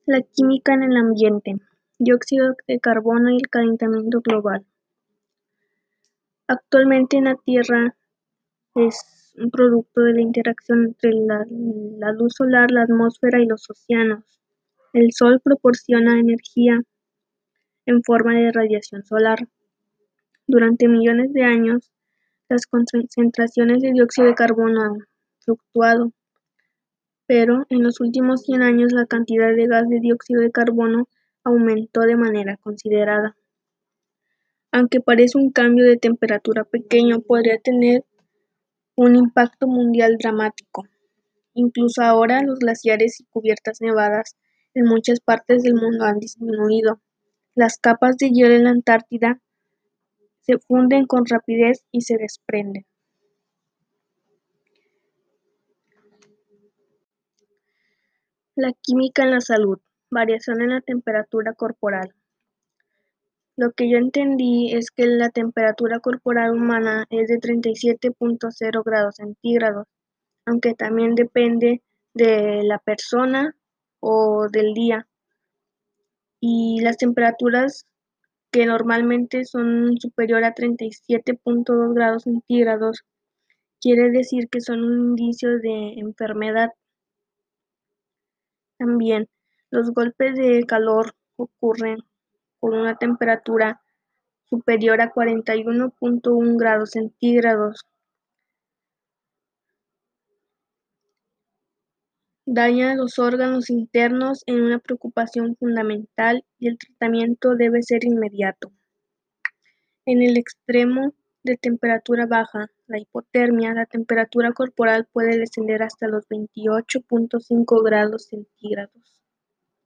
La química en el ambiente, dióxido de carbono y el calentamiento global. Actualmente en la Tierra es un producto de la interacción entre la luz solar, la atmósfera y los océanos. El Sol proporciona energía en forma de radiación solar. Durante millones de años, las concentraciones de dióxido de carbono han fluctuado, pero en los últimos 100 años la cantidad de gas de dióxido de carbono aumentó de manera considerada. Aunque parece un cambio de temperatura pequeño, podría tener un impacto mundial dramático. Incluso ahora los glaciares y cubiertas nevadas en muchas partes del mundo han disminuido. Las capas de hielo en la Antártida se funden con rapidez y se desprenden. La química en la salud, variación en la temperatura corporal. Lo que yo entendí es que la temperatura corporal humana es de 37.0 grados centígrados, aunque también depende de la persona o del día. Y las temperaturas que normalmente son superior a 37.2 grados centígrados, quiere decir que son un indicio de enfermedad. También los golpes de calor ocurren con una temperatura superior a 41.1 grados centígrados. Daña los órganos internos en una preocupación fundamental y el tratamiento debe ser inmediato. En el extremo de temperatura baja, la hipotermia, la temperatura corporal puede descender hasta los 28.5 grados centígrados.